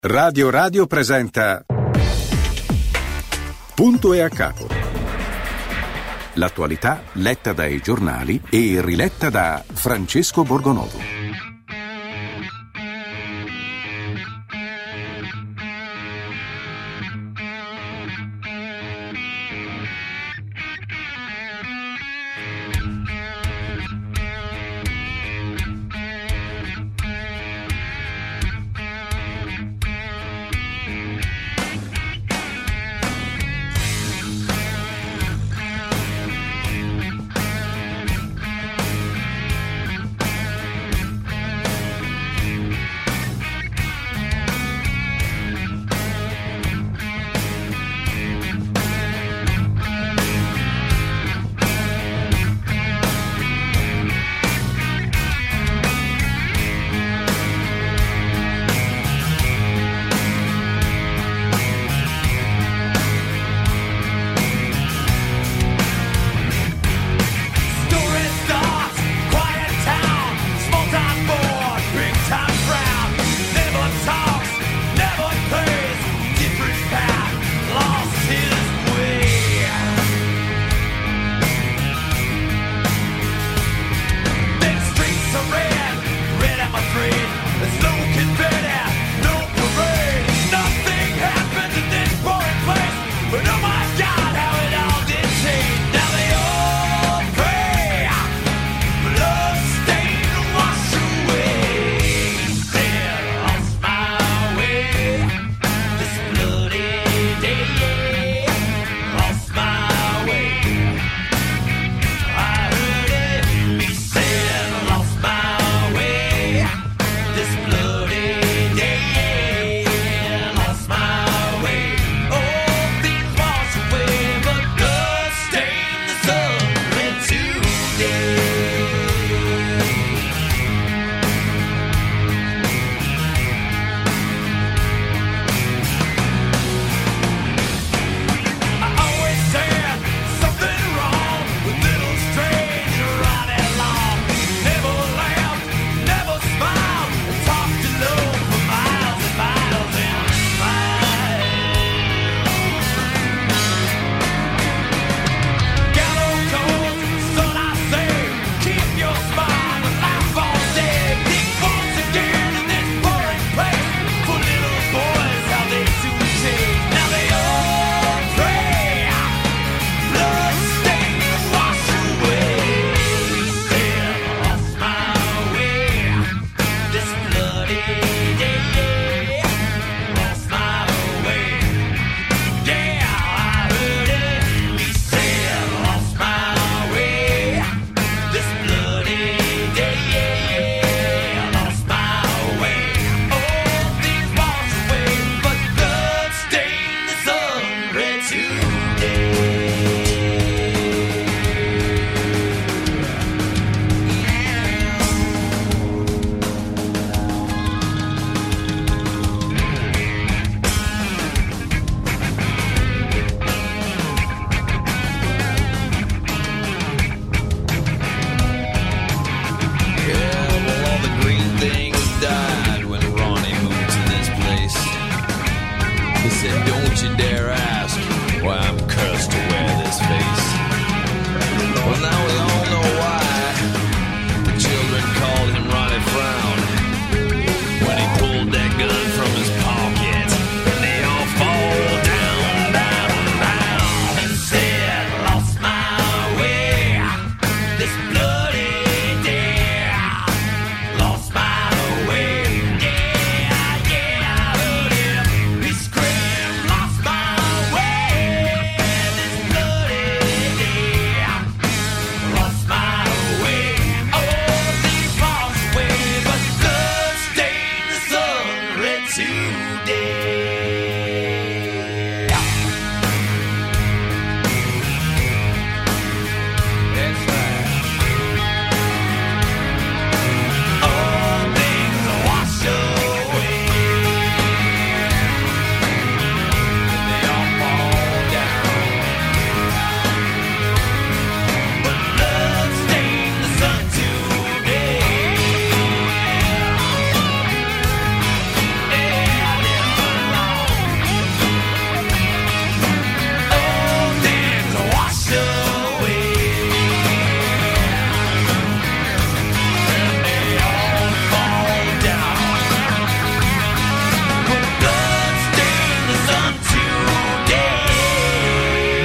Radio presenta Punto e a capo. L'attualità letta dai giornali e riletta da Francesco Borgonovo.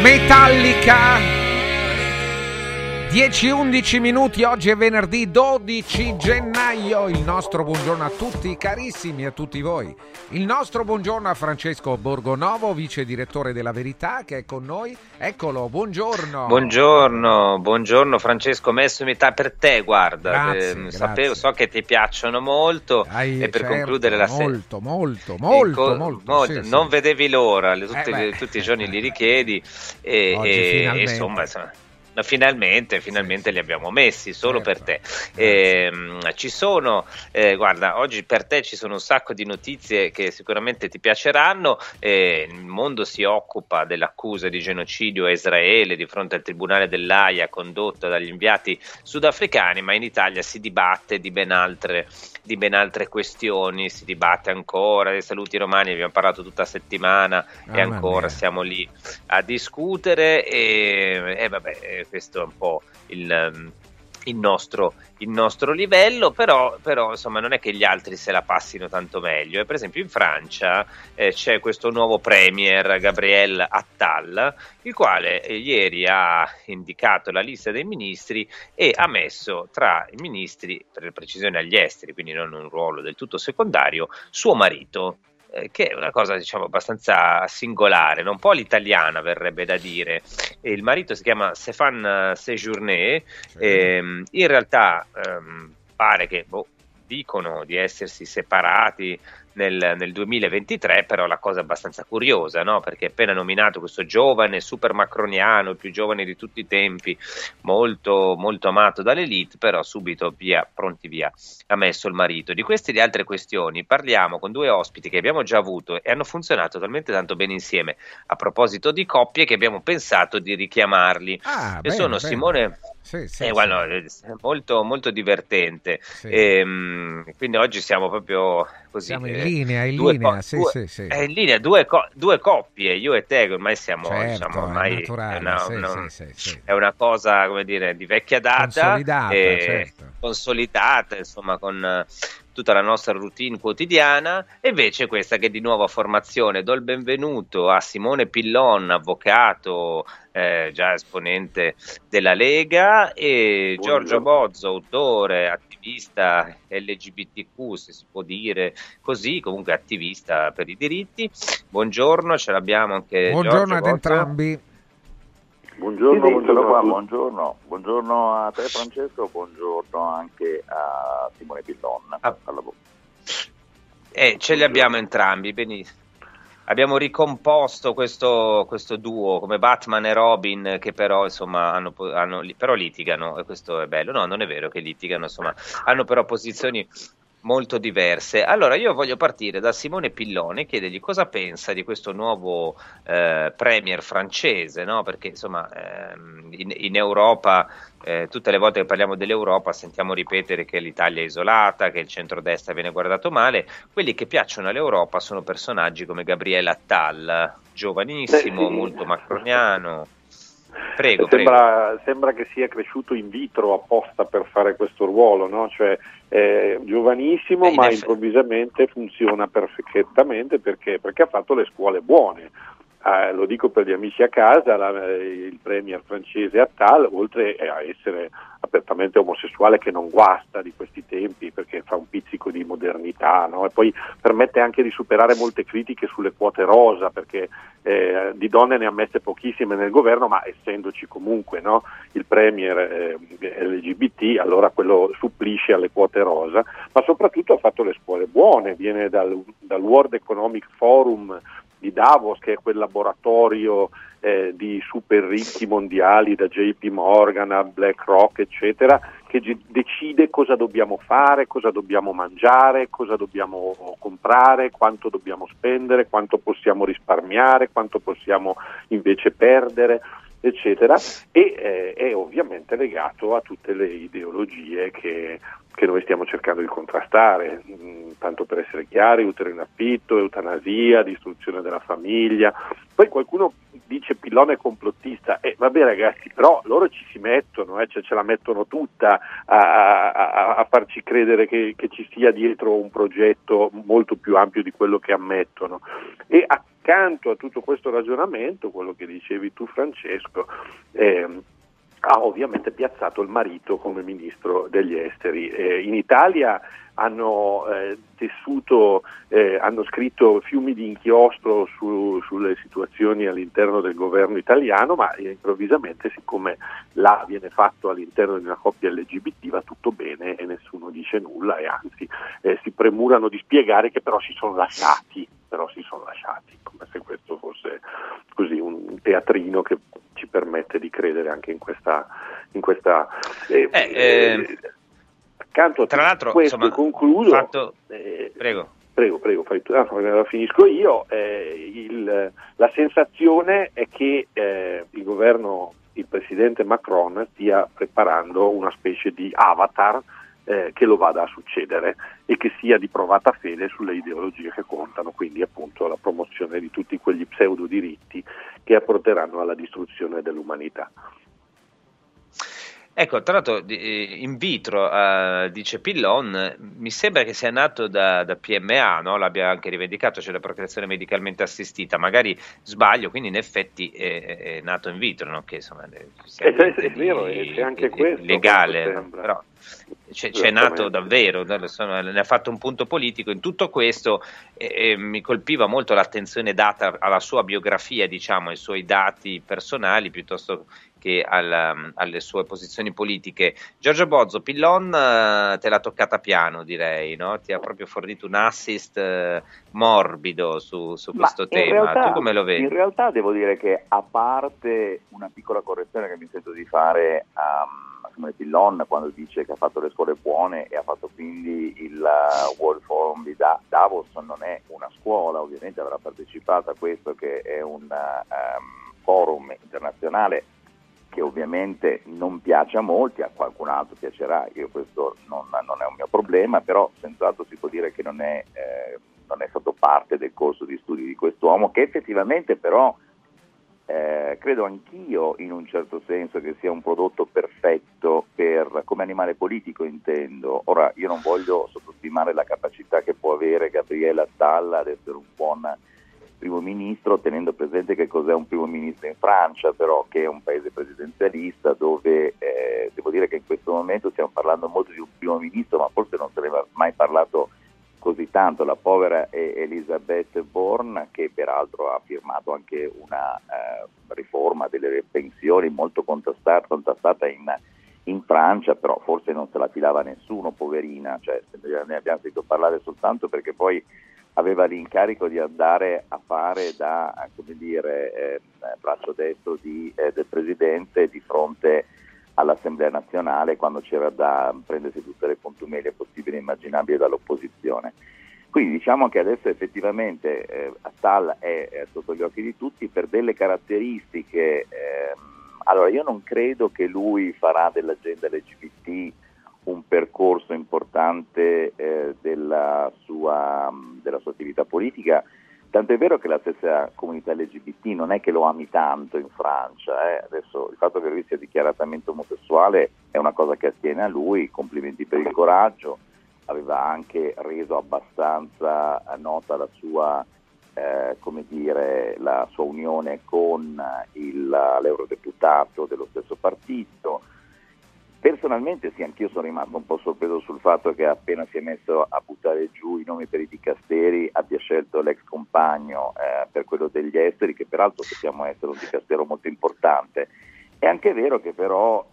Metallica. 10-11 minuti, oggi è venerdì 12 gennaio. Il nostro buongiorno a tutti carissimi, a tutti voi. Il nostro buongiorno a Francesco Borgonovo, vice direttore della Verità, che è con noi. Eccolo, buongiorno. Buongiorno Francesco, messo in metà per te, guarda. Grazie. So che ti piacciono molto e per concludere la sera. Molto. Sì, non sì. vedevi l'ora, tutti i giorni li richiedi Oggi, e insomma. Finalmente li abbiamo messi solo Certo, per te. Ci sono, guarda, oggi per te ci sono un sacco di notizie che sicuramente ti piaceranno. Il mondo si occupa dell'accusa di genocidio a Israele di fronte al tribunale dell'Aia condotto dagli inviati sudafricani, ma in Italia si dibatte di ben altre questioni, si dibatte ancora dei saluti romani, abbiamo parlato tutta settimana e ancora siamo lì a discutere e vabbè, questo è un po' il nostro livello, però insomma non è che gli altri se la passino tanto meglio. Per esempio in Francia c'è questo nuovo premier Gabriel Attal, il quale ieri ha indicato la lista dei ministri e ha messo tra i ministri, per precisione agli esteri, quindi non un ruolo del tutto secondario, suo marito, che è una cosa diciamo abbastanza singolare, un po' all'italiana verrebbe da dire. Il marito si chiama Stéphane Séjourné, in realtà pare che dicono di essersi separati nel 2023, però la cosa è abbastanza curiosa, no? Perché appena nominato questo giovane super macroniano, il più giovane di tutti i tempi, molto, molto amato dall'elite, però subito pronti via, ha messo il marito. Di queste e di altre questioni parliamo con due ospiti che abbiamo già avuto e hanno funzionato talmente tanto bene insieme a proposito di coppie che abbiamo pensato di richiamarli. Sono Simone... molto, molto divertente. Sì. Quindi oggi siamo proprio così. Siamo in linea, sì. È in linea, due coppie, io e te, ormai siamo, certo, diciamo, ormai è naturale, è una cosa, come dire, di vecchia data, consolidata, consolidata, insomma, con tutta la nostra routine quotidiana. E invece questa che di nuova formazione. Do il benvenuto a Simone Pillon, avvocato, già esponente della Lega, e Giorgio Bozzo, autore, attivista LGBTQ, se si può dire così, comunque attivista per i diritti. Buongiorno, ce l'abbiamo anche. Buongiorno Giorgio ad Bozzo. entrambi. Buongiorno a te Francesco, buongiorno anche a Simone Pillon. Ce li abbiamo entrambi, benissimo. Abbiamo ricomposto questo duo come Batman e Robin, che però insomma però litigano, e questo è bello. No, non è vero che litigano, insomma, hanno però posizioni molto diverse. Allora io voglio partire da Simone Pillone e chiedergli cosa pensa di questo nuovo premier francese, no? Perché insomma in Europa tutte le volte che parliamo dell'Europa sentiamo ripetere che l'Italia è isolata, che il centrodestra viene guardato male. Quelli che piacciono all'Europa sono personaggi come Gabriel Attal, giovanissimo, molto macroniano. Prego. Sembra che sia cresciuto in vitro apposta per fare questo ruolo, no? Cioè giovanissimo, ma improvvisamente funziona perfettamente perché ha fatto le scuole buone. Lo dico per gli amici a casa, il premier francese Attal, oltre a essere apertamente omosessuale, che non guasta di questi tempi perché fa un pizzico di modernità, no? E poi permette anche di superare molte critiche sulle quote rosa, perché di donne ne ha messe pochissime nel governo, ma essendoci comunque, no, il premier LGBT, allora quello supplisce alle quote rosa, ma soprattutto ha fatto le scuole buone, viene dal World Economic Forum di Davos, che è quel laboratorio di super ricchi mondiali, da JP Morgan a BlackRock eccetera, che decide cosa dobbiamo fare, cosa dobbiamo mangiare, cosa dobbiamo comprare, quanto dobbiamo spendere, quanto possiamo risparmiare, quanto possiamo invece perdere, eccetera, e è ovviamente legato a tutte le ideologie che noi stiamo cercando di contrastare, tanto per essere chiari: utero in affitto, eutanasia, distruzione della famiglia. Poi qualcuno dice Pillon è complottista, vabbè ragazzi, però loro ci si mettono, ce la mettono tutta a farci credere che ci sia dietro un progetto molto più ampio di quello che ammettono, e accanto a tutto questo ragionamento, quello che dicevi tu Francesco, ha ovviamente piazzato il marito come ministro degli esteri. In Italia hanno hanno scritto fiumi di inchiostro sulle situazioni all'interno del governo italiano, ma improvvisamente, siccome là viene fatto all'interno di una coppia LGBT, va tutto bene e nessuno dice nulla, e anzi si premurano di spiegare che però si sono lasciati, come se questo fosse così un teatrino che ci permette di credere anche in questa accanto a tra l'altro, questo, insomma, concludo. Prego, fai tu. Finisco io. La sensazione è che il governo, il presidente Macron, stia preparando una specie di avatar che lo vada a succedere e che sia di provata fede sulle ideologie che contano, quindi appunto la promozione di tutti quegli pseudo diritti che porteranno alla distruzione dell'umanità. Ecco, tra l'altro in vitro, dice Pillon, mi sembra che sia nato da PMA, no? L'abbia anche rivendicato, cioè la procreazione medicalmente assistita, magari sbaglio, quindi in effetti è nato in vitro, no? Che insomma è vero, c'è anche questo legale, no? Però c'è nato davvero, insomma, ne ha fatto un punto politico in tutto questo, e mi colpiva molto l'attenzione data alla sua biografia, diciamo, ai suoi dati personali piuttosto che alle sue posizioni politiche. Giorgio Bozzo, Pillon te l'ha toccata piano, direi, no? Ti ha proprio fornito un assist morbido su questo tema. Tu come lo vedi? In realtà devo dire che, a parte una piccola correzione che mi sento di fare a Simone Pillon quando dice che ha fatto le scuole buone e ha fatto quindi il World Forum di Davos, non è una scuola, ovviamente avrà partecipato a questo, che è un forum internazionale che ovviamente non piace a molti, a qualcun altro piacerà, io questo non è un mio problema, però senz'altro si può dire che non è stato parte del corso di studi di quest'uomo, che effettivamente però credo anch'io in un certo senso che sia un prodotto perfetto come animale politico, intendo. Ora, io non voglio sottostimare la capacità che può avere Gabriele Attal ad essere un buon primo ministro, tenendo presente che cos'è un primo ministro in Francia, però, che è un paese presidenzialista dove devo dire che in questo momento stiamo parlando molto di un primo ministro, ma forse non se ne è mai parlato così tanto. La povera Elisabeth Borne, che peraltro ha firmato anche una riforma delle pensioni molto contestata in Francia, però forse non se la filava nessuno, poverina, cioè ne abbiamo sentito parlare soltanto perché poi aveva l'incarico di andare a fare da, braccio destro del Presidente di fronte all'Assemblea nazionale, quando c'era da prendersi tutte le contumelie possibili e immaginabili dall'opposizione. Quindi diciamo che adesso effettivamente Attal è sotto gli occhi di tutti per delle caratteristiche. Allora, io non credo che lui farà dell'agenda LGBT un percorso importante della sua attività politica, tanto è vero che la stessa comunità LGBT non è che lo ami tanto in Francia. Adesso il fatto che lui sia dichiaratamente omosessuale è una cosa che attiene a lui, complimenti per il coraggio, aveva anche reso abbastanza nota la sua la sua unione con l'eurodeputato dello stesso partito. Personalmente sì, anch'io sono rimasto un po' sorpreso sul fatto che appena si è messo a buttare giù i nomi per i dicasteri abbia scelto l'ex compagno per quello degli esteri, che peraltro sappiamo essere un dicastero molto importante. È anche vero che però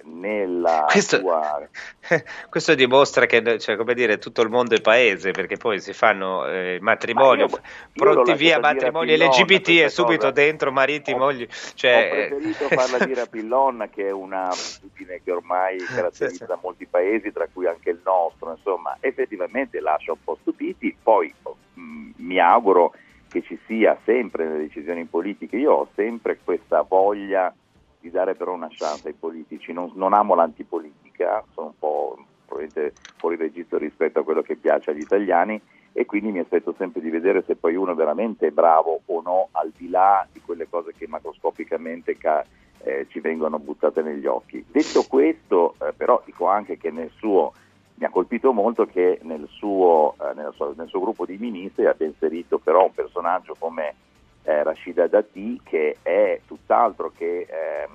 questo dimostra che, cioè, come dire, tutto il mondo è paese, perché poi si fanno matrimonio, pronti via matrimoni LGBT e subito dentro mariti, mogli. Cioè... Ho preferito farla dire a Pillon, che è una abitudine che ormai caratterizza molti paesi, tra cui anche il nostro, insomma, effettivamente lascia un po' stupiti. Poi mi auguro che ci sia sempre nelle decisioni politiche, io ho sempre questa voglia di dare però una chance ai politici, non amo l'antipolitica, sono un po' probabilmente fuori registro rispetto a quello che piace agli italiani, e quindi mi aspetto sempre di vedere se poi uno veramente è bravo o no, al di là di quelle cose che macroscopicamente ci vengono buttate negli occhi. Detto questo, però dico anche che mi ha colpito molto che nel suo gruppo di ministri abbia inserito però un personaggio come Rashida Dati, che è tutt'altro che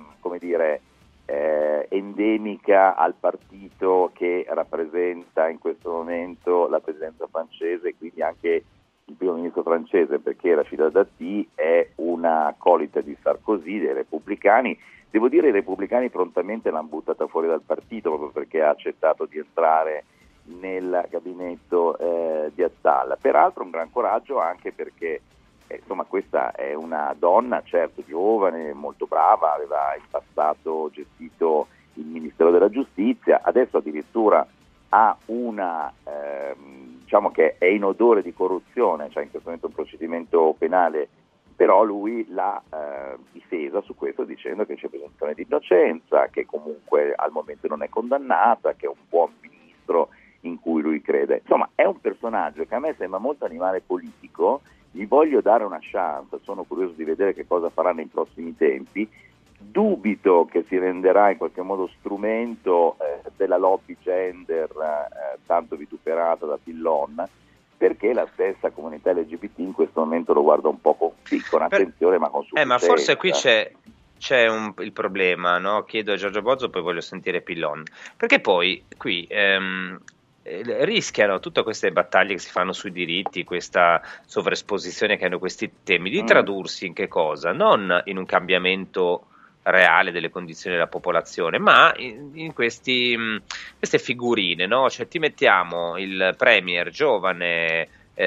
endemica al partito che rappresenta in questo momento la presidenza francese e quindi anche il primo ministro francese, perché Rashida Dati è una accolita di Sarkozy, dei repubblicani. Devo dire, i repubblicani prontamente l'hanno buttata fuori dal partito proprio perché ha accettato di entrare nel gabinetto di Attal. Peraltro un gran coraggio anche perché insomma questa è una donna, certo giovane, molto brava, aveva in passato gestito il Ministero della Giustizia, adesso addirittura ha una diciamo che è in odore di corruzione, cioè in questo momento un procedimento penale, però lui l'ha difesa su questo dicendo che c'è presunzione di innocenza, che comunque al momento non è condannata, che è un buon ministro in cui lui crede. Insomma, è un personaggio che a me sembra molto animale politico, gli voglio dare una chance, sono curioso di vedere che cosa farà nei prossimi tempi. Dubito che si renderà in qualche modo strumento della lobby gender tanto vituperata da Pillon, perché la stessa comunità LGBT in questo momento lo guarda un po' con attenzione ma con sufficienza. Ma forse qui c'è il problema, no? Chiedo a Giorgio Bozzo, poi voglio sentire Pillon, perché poi qui rischiano tutte queste battaglie che si fanno sui diritti, questa sovraesposizione che hanno questi temi, di tradursi in che cosa? Non in un cambiamento reale delle condizioni della popolazione, ma in queste figurine, no? Cioè ti mettiamo il premier giovane,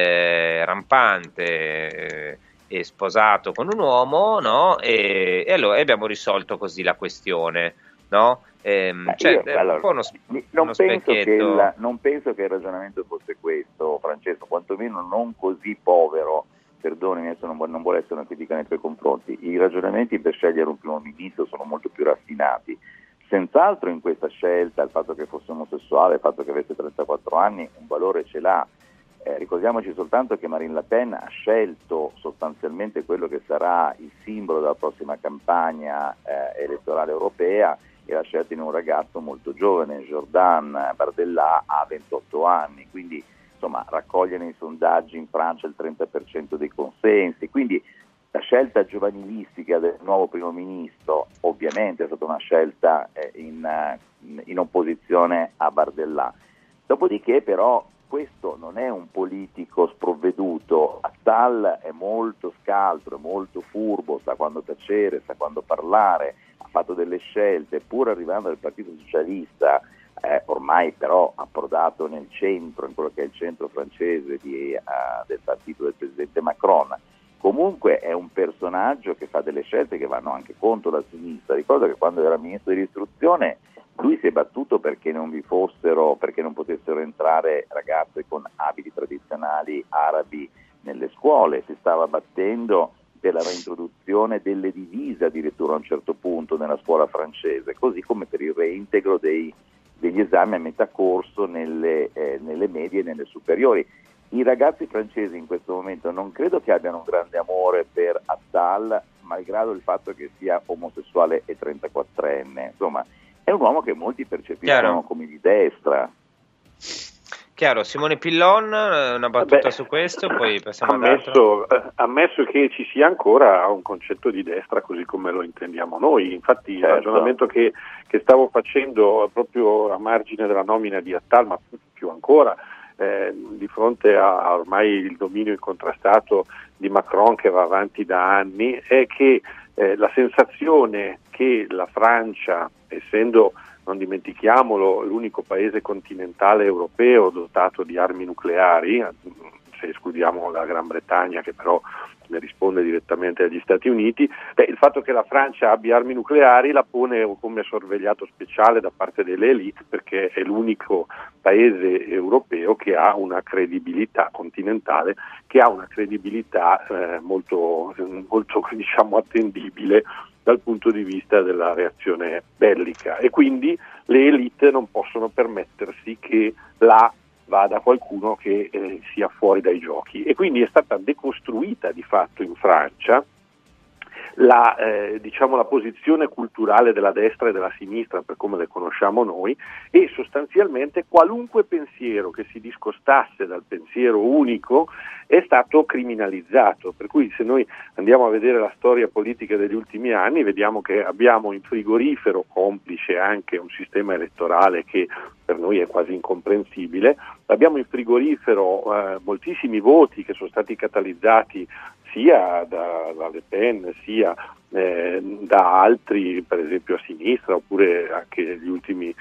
rampante, e sposato con un uomo, no? E allora abbiamo risolto così la questione, no? Non penso che il ragionamento fosse questo, Francesco, quantomeno non così povero. Perdonami, adesso non vuole essere una critica nei tuoi confronti. I ragionamenti per scegliere un primo ministro sono molto più raffinati. Senz'altro in questa scelta il fatto che fosse omosessuale, il fatto che avesse 34 anni, un valore ce l'ha. Ricordiamoci soltanto che Marine Le Pen ha scelto sostanzialmente quello che sarà il simbolo della prossima campagna elettorale europea, e l'ha scelto in un ragazzo molto giovane, Jordan Bardella ha 28 anni, quindi insomma raccoglie nei sondaggi in Francia il 30% dei consensi, quindi la scelta giovanilistica del nuovo primo ministro ovviamente è stata una scelta in opposizione a Bardella. Dopodiché però questo non è un politico sprovveduto, Attal è molto scaltro, è molto furbo, sa quando tacere, sa quando parlare, ha fatto delle scelte, pur arrivando dal Partito Socialista, ormai però approdato nel centro, in quello che è il centro francese del partito del presidente Macron. Comunque è un personaggio che fa delle scelte che vanno anche contro la sinistra. Ricordo che quando era ministro dell'istruzione lui si è battuto perché non potessero entrare ragazze con abiti tradizionali arabi nelle scuole, si stava battendo per la reintroduzione delle divise addirittura a un certo punto nella scuola francese, così come per il reintegro degli esami a metà corso nelle medie e nelle superiori. I ragazzi francesi in questo momento non credo che abbiano un grande amore per Attal, malgrado il fatto che sia omosessuale e 34enne. Insomma, è un uomo che molti percepiscono come di destra. Chiaro, Simone Pillon, una battuta su questo, poi passiamo ad altro. Ammesso che ci sia ancora un concetto di destra così come lo intendiamo noi, infatti certo. Il ragionamento che stavo facendo proprio a margine della nomina di Attal, ma più ancora di fronte a ormai il dominio incontrastato di Macron che va avanti da anni, è che la sensazione che la Francia, essendo, non dimentichiamolo, l'unico paese continentale europeo dotato di armi nucleari, se escludiamo la Gran Bretagna che però ne risponde direttamente agli Stati Uniti, il fatto che la Francia abbia armi nucleari la pone come sorvegliato speciale da parte delle elite, perché è l'unico paese europeo che ha una credibilità continentale, che ha una credibilità molto diciamo attendibile dal punto di vista della reazione bellica, e quindi le elite non possono permettersi che là vada qualcuno che sia fuori dai giochi, e quindi è stata decostruita di fatto in Francia la posizione culturale della destra e della sinistra per come le conosciamo noi, e sostanzialmente qualunque pensiero che si discostasse dal pensiero unico è stato criminalizzato, per cui se noi andiamo a vedere la storia politica degli ultimi anni vediamo che abbiamo in frigorifero, complice anche un sistema elettorale che per noi è quasi incomprensibile, abbiamo in frigorifero moltissimi voti che sono stati catalizzati sia da Le Pen sia da altri, per esempio a sinistra, oppure anche gli ultimi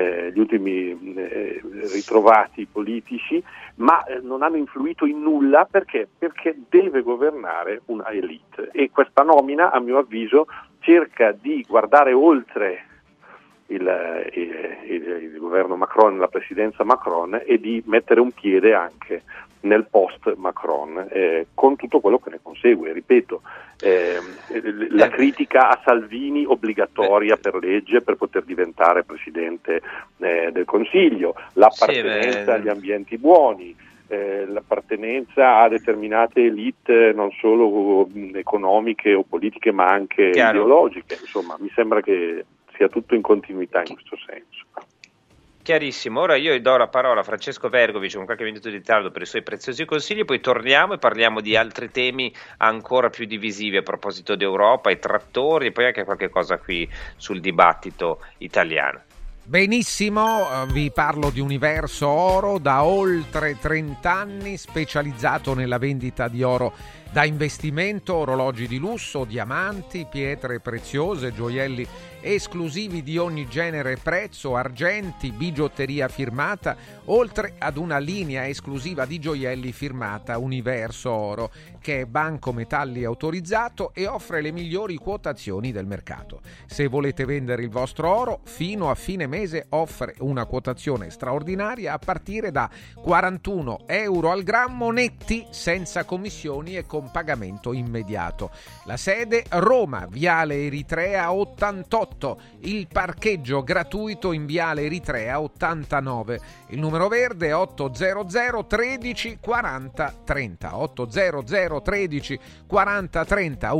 ritrovati politici, ma non hanno influito in nulla perché deve governare una elite, e questa nomina, a mio avviso, cerca di guardare oltre il governo Macron, la presidenza Macron, e di mettere un piede anche nel post Macron, con tutto quello che ne consegue. Ripeto, la critica a Salvini obbligatoria per legge per poter diventare presidente del Consiglio, l'appartenenza agli ambienti buoni, l'appartenenza a determinate elite non solo economiche o politiche ma anche ideologiche. Insomma, mi sembra che sia tutto in continuità in questo senso. Chiarissimo. Ora io do la parola a Francesco Vergovic con qualche minuto di ritardo per i suoi preziosi consigli, poi torniamo e parliamo di altri temi ancora più divisivi a proposito d'Europa, i trattori e poi anche qualche cosa qui sul dibattito italiano. Benissimo, vi parlo di Universo Oro, da oltre 30 anni specializzato nella vendita di oro da investimento, orologi di lusso, diamanti, pietre preziose, gioielli esclusivi di ogni genere e prezzo, argenti, bigiotteria firmata, oltre ad una linea esclusiva di gioielli firmata Universo Oro, che è banco metalli autorizzato e offre le migliori quotazioni del mercato. Se volete vendere il vostro oro, fino a fine mese offre una quotazione straordinaria a partire da 41 euro al grammo netti, senza commissioni e con pagamento immediato. La sede Roma, Viale Eritrea 88, il parcheggio gratuito in Viale Eritrea 89, il numero verde 800 13 40 30, 800 13 40 30,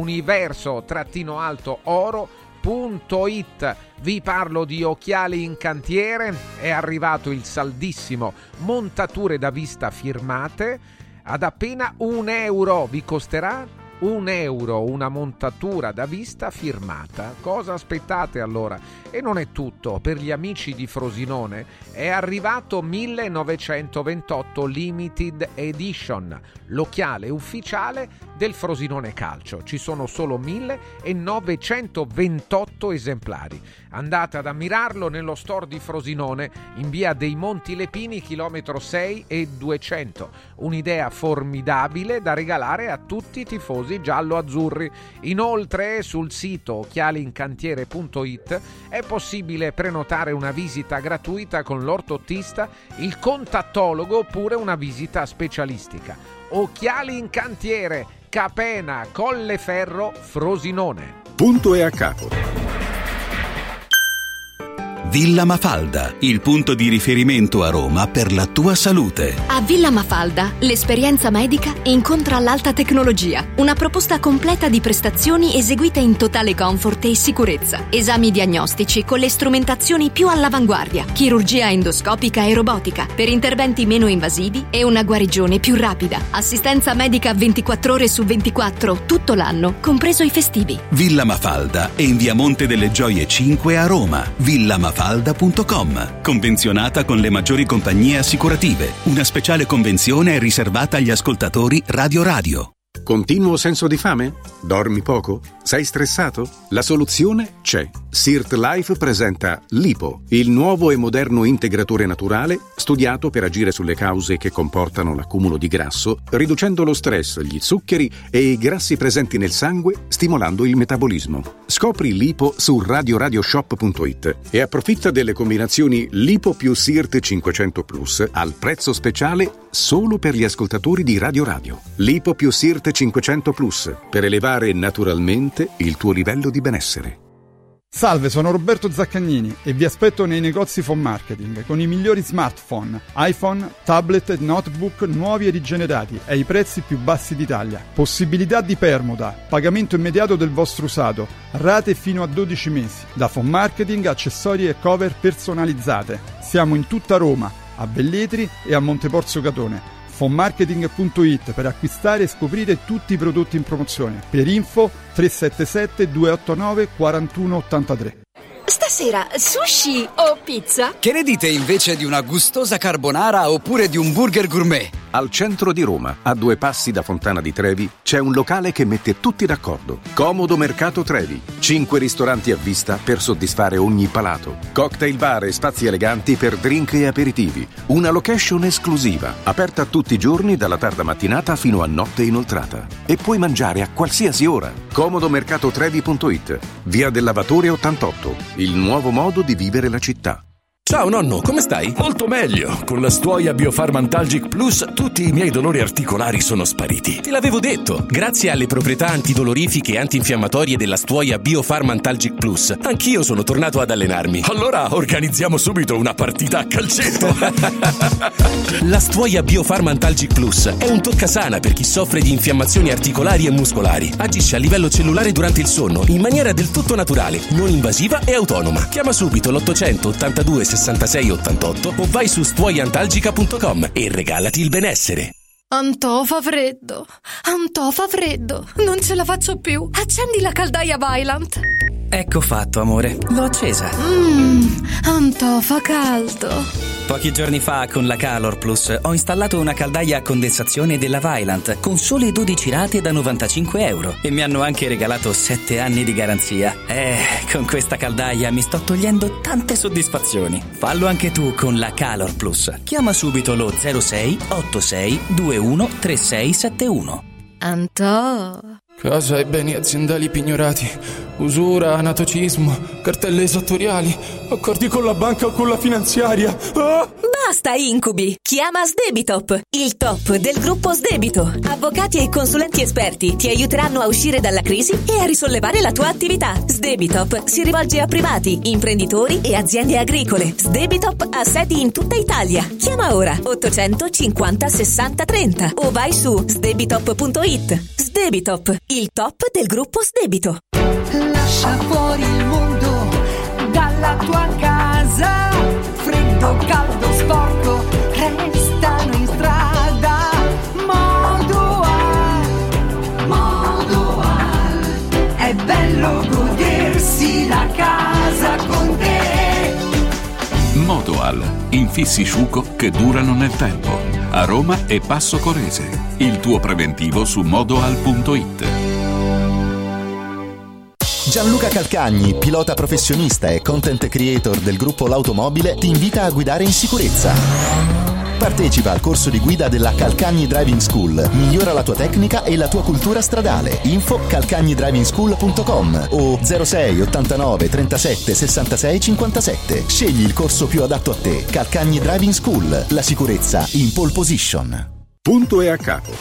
universo-oro.it. Vi parlo di occhiali in cantiere, è arrivato il saldissimo montature da vista firmate ad appena €1. Vi costerà €1 una montatura da vista firmata. Cosa aspettate allora? E non è tutto. Per gli amici di Frosinone è arrivato 1928 Limited Edition, l'occhiale ufficiale del Frosinone Calcio. Ci sono solo 1928 esemplari. Andate ad ammirarlo nello store di Frosinone in via dei Monti Lepini, chilometro 6 e 200. Un'idea formidabile da regalare a tutti i tifosi giallo-azzurri. Inoltre sul sito occhialincantiere.it è possibile prenotare una visita gratuita con l'ortottista, il contattologo oppure una visita specialistica. Occhiali in cantiere, Capena, Colleferro, Frosinone. Punto e a capo. Villa Mafalda, il punto di riferimento a Roma per la tua salute. A Villa Mafalda l'esperienza medica incontra l'alta tecnologia. Una proposta completa di prestazioni eseguite in totale comfort e sicurezza. Esami diagnostici con le strumentazioni più all'avanguardia. Chirurgia endoscopica e robotica per interventi meno invasivi e una guarigione più rapida. Assistenza medica 24 ore su 24 tutto l'anno, compreso i festivi. Villa Mafalda è in via Monte delle Gioie 5 a Roma. villamafalda.com. Convenzionata con le maggiori compagnie assicurative. Una speciale convenzione è riservata agli ascoltatori Radio. Continuo senso di fame? Dormi poco? Sei stressato? La soluzione c'è. Sirt Life presenta Lipo, il nuovo e moderno integratore naturale studiato per agire sulle cause che comportano l'accumulo di grasso, riducendo lo stress, gli zuccheri e i grassi presenti nel sangue, stimolando il metabolismo. Scopri Lipo su radioshop.it e approfitta delle combinazioni Lipo più Sirt 500 Plus al prezzo speciale solo per gli ascoltatori di Radio. Lipo più Sirt 500 Plus per elevare naturalmente il tuo livello di benessere. Salve, sono Roberto Zaccagnini e vi aspetto nei negozi Phone Marketing con i migliori smartphone, iPhone, tablet e notebook nuovi e rigenerati ai prezzi più bassi d'Italia. Possibilità di permuta, pagamento immediato del vostro usato, rate fino a 12 mesi. Da Phone Marketing, accessori e cover personalizzate. Siamo in tutta Roma, a Velletri e a Monteporzio Catone. Fonmarketing.it per acquistare e scoprire tutti i prodotti in promozione. Per info 377 289 4183. Stasera sushi o pizza? Che ne dite invece di una gustosa carbonara oppure di un burger gourmet? Al centro di Roma, a 2 passi da Fontana di Trevi, c'è un locale che mette tutti d'accordo. Comodo Mercato Trevi. 5 ristoranti a vista per soddisfare ogni palato. Cocktail bar e spazi eleganti per drink e aperitivi. Una location esclusiva, aperta tutti i giorni dalla tarda mattinata fino a notte inoltrata. E puoi mangiare a qualsiasi ora. Comodomercatotrevi.it. Via del Lavatore 88. Il nuovo modo di vivere la città. Ciao nonno, come stai? Molto meglio. Con la Stuoia Biofarm-Antalgic Plus tutti i miei dolori articolari sono spariti. Te l'avevo detto. Grazie alle proprietà antidolorifiche e antinfiammatorie della Stuoia Biofarm-Antalgic Plus, anch'io sono tornato ad allenarmi. Allora organizziamo subito una partita a calcetto. La Stuoia Biofarm-Antalgic Plus è un toccasana per chi soffre di infiammazioni articolari e muscolari. Agisce a livello cellulare durante il sonno in maniera del tutto naturale, non invasiva e autonoma. Chiama subito l'882 66 88 o vai su stuoiantalgica.com e regalati il benessere. Antò fa freddo, non ce la faccio più. Accendi la caldaia Vaillant. Ecco fatto, amore, l'ho accesa. Antò fa caldo. Pochi giorni fa con la Calor Plus ho installato una caldaia a condensazione della Vaillant con sole 12 rate da 95 euro e mi hanno anche regalato 7 anni di garanzia. Con questa caldaia mi sto togliendo tante soddisfazioni. Fallo anche tu con la Calor Plus. Chiama subito lo 06 86 21 3671. Antò. Casa e beni aziendali pignorati, usura, anatocismo, cartelle esattoriali, accordi con la banca o con la finanziaria. Basta incubi! Chiama Sdebitop, il top del gruppo Sdebito. Avvocati e consulenti esperti ti aiuteranno a uscire dalla crisi e a risollevare la tua attività. Sdebitop si rivolge a privati, imprenditori e aziende agricole. Sdebitop ha sedi in tutta Italia. Chiama ora 850 60 30 o vai su sdebitop.it. Sdebitop, il top del gruppo Sdebito. Lascia fuori il mondo dalla tua casa. Freddo, caldo, sporco, restano in strada. Modoal, è bello godersi la casa con te. Modoal, infissi sciuco che durano nel tempo. A Roma e Passo Corese. Il tuo preventivo su modoal.it. Gianluca Calcagni, pilota professionista e content creator del gruppo L'Automobile, ti invita a guidare in sicurezza. Partecipa al corso di guida della Calcagni Driving School. Migliora la tua tecnica e la tua cultura stradale. Info calcagnidrivingschool.com o 06 89 37 66 57. Scegli il corso più adatto a te. Calcagni Driving School. La sicurezza in pole position. Punto e a capo.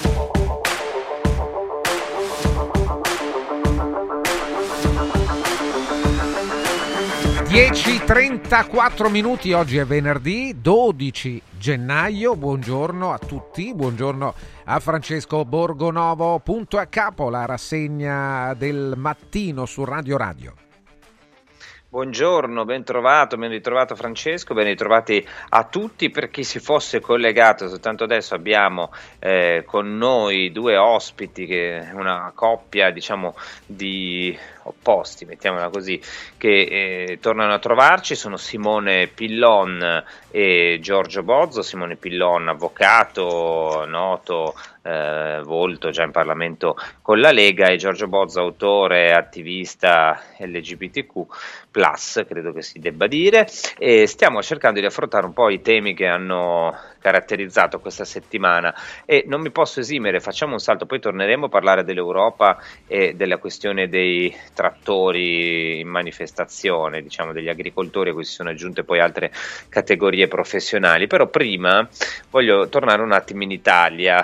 Dieci 34 minuti, oggi è venerdì 12 gennaio, buongiorno a tutti, buongiorno a Francesco Borgonovo. Punto a capo, la rassegna del mattino su Radio Radio. Buongiorno, ben ritrovato Francesco, ben ritrovati a tutti. Per chi si fosse collegato soltanto adesso, abbiamo con noi due ospiti, una coppia diciamo di opposti, mettiamola così, che tornano a trovarci. Sono Simone Pillon e Giorgio Bozzo. Simone Pillon, avvocato, noto volto già in Parlamento con la Lega, e Giorgio Bozzo, autore, attivista LGBTQ+, credo che si debba dire, e stiamo cercando di affrontare un po' i temi che hanno caratterizzato questa settimana, e non mi posso esimere, facciamo un salto, poi torneremo a parlare dell'Europa e della questione dei trattori in manifestazione, diciamo degli agricoltori, a cui si sono aggiunte poi altre categorie professionali. Però prima voglio tornare un attimo in Italia, perché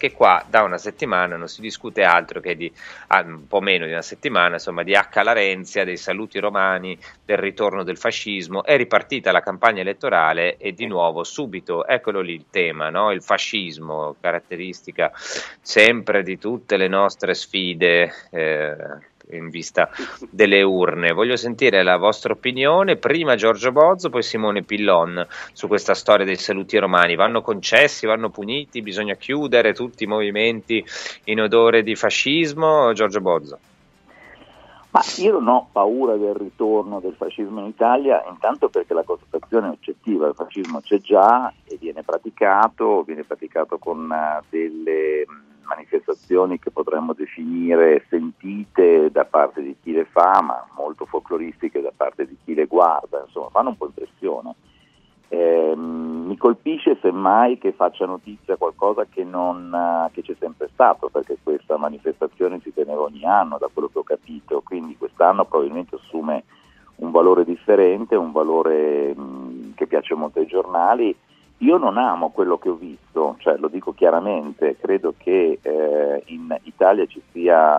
perché qua da una settimana non si discute altro che di un po' meno di una settimana, insomma, di Acca Larenzia, dei saluti romani, del ritorno del fascismo. È ripartita la campagna elettorale e di nuovo subito eccolo lì il tema, no? Il fascismo, caratteristica sempre di tutte le nostre sfide in vista delle urne. Voglio sentire la vostra opinione, prima Giorgio Bozzo, poi Simone Pillon, su questa storia dei saluti romani. Vanno concessi, vanno puniti, bisogna chiudere tutti i movimenti in odore di fascismo? Giorgio Bozzo. Ma io non ho paura del ritorno del fascismo in Italia, intanto perché la constatazione oggettiva, il fascismo c'è già e viene praticato con delle manifestazioni che potremmo definire sentite da parte di chi le fa, ma molto folcloristiche da parte di chi le guarda, insomma fanno un po' impressione. Mi colpisce semmai che faccia notizia qualcosa che c'è sempre stato, perché questa manifestazione si teneva ogni anno, da quello che ho capito, quindi quest'anno probabilmente assume un valore differente, un valore che piace molto ai giornali. Io non amo quello che ho visto, cioè lo dico chiaramente, credo che in Italia ci siano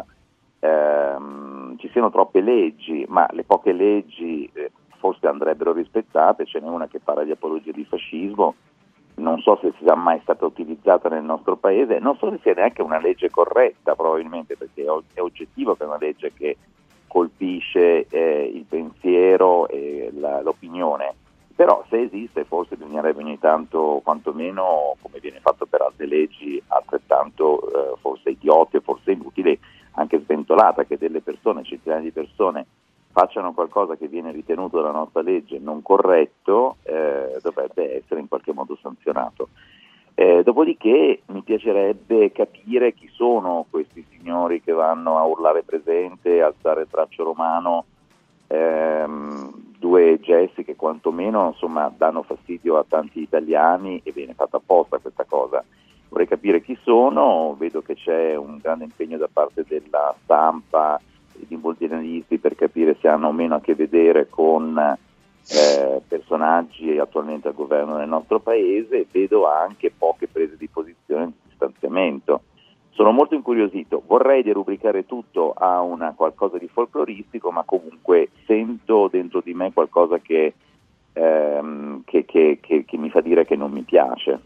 troppe leggi, ma le poche leggi forse andrebbero rispettate. Ce n'è una che parla di apologia di fascismo, non so se sia mai stata utilizzata nel nostro paese, non so se sia neanche una legge corretta probabilmente, perché è oggettivo che è una legge che colpisce il pensiero e l'opinione. Però se esiste forse bisognerebbe ogni tanto, quantomeno come viene fatto per altre leggi altrettanto forse idiote, forse inutili, anche sventolata, che delle persone, centinaia di persone facciano qualcosa che viene ritenuto dalla nostra legge non corretto, dovrebbe essere in qualche modo sanzionato. Dopodiché mi piacerebbe capire chi sono questi signori che vanno a urlare presente, alzare il braccio romano, due gesti che quantomeno insomma danno fastidio a tanti italiani, e viene fatta apposta questa cosa. Vorrei capire chi sono, vedo che c'è un grande impegno da parte della stampa e di molti analisti per capire se hanno o meno a che vedere con personaggi attualmente al governo del nostro paese. Vedo anche poche prese di posizione di distanziamento. Sono molto incuriosito, vorrei derubricare tutto a qualcosa di folcloristico, ma comunque sento dentro di me qualcosa che mi fa dire che non mi piace.